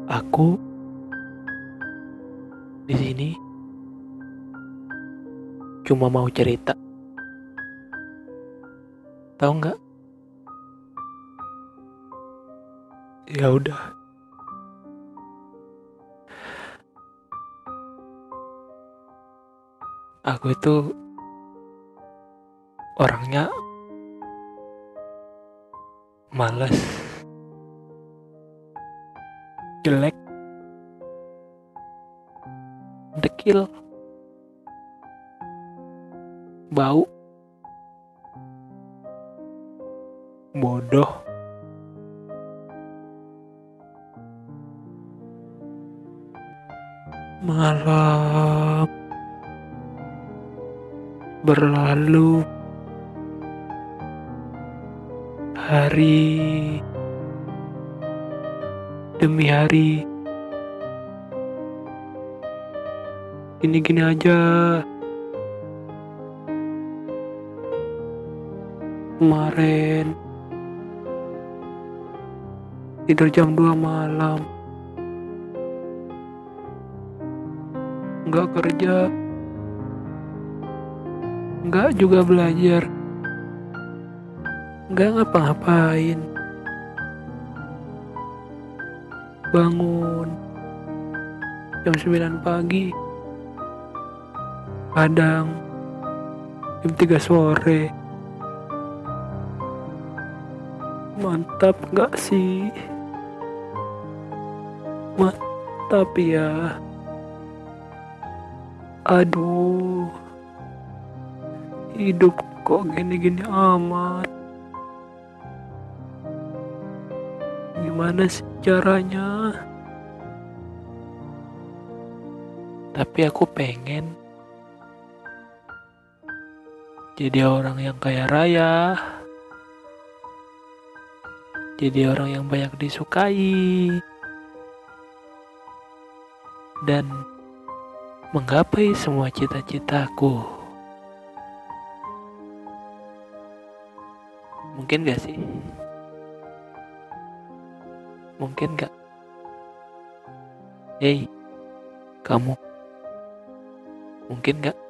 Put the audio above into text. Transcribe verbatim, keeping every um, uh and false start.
Aku di sini cuma mau cerita. Tahu nggak? Ya udah. Aku itu orangnya malas, jelek, dekil, bau, bodoh, malam berlalu, hari demi hari, gini-gini aja. Kemarin tidur jam dua malam, nggak kerja, nggak juga belajar, nggak ngapa-ngapain. Bangun jam sembilan pagi, kadang jam tiga sore. Mantap nggak sih? Mantap ya. Aduh, hidup kok gini-gini amat. Gimana sih caranya? Tapi aku pengen jadi orang yang kaya raya, jadi orang yang banyak disukai, dan menggapai semua cita-citaku. Mungkin gak sih? Mungkin gak? Hei, kamu, mungkin gak?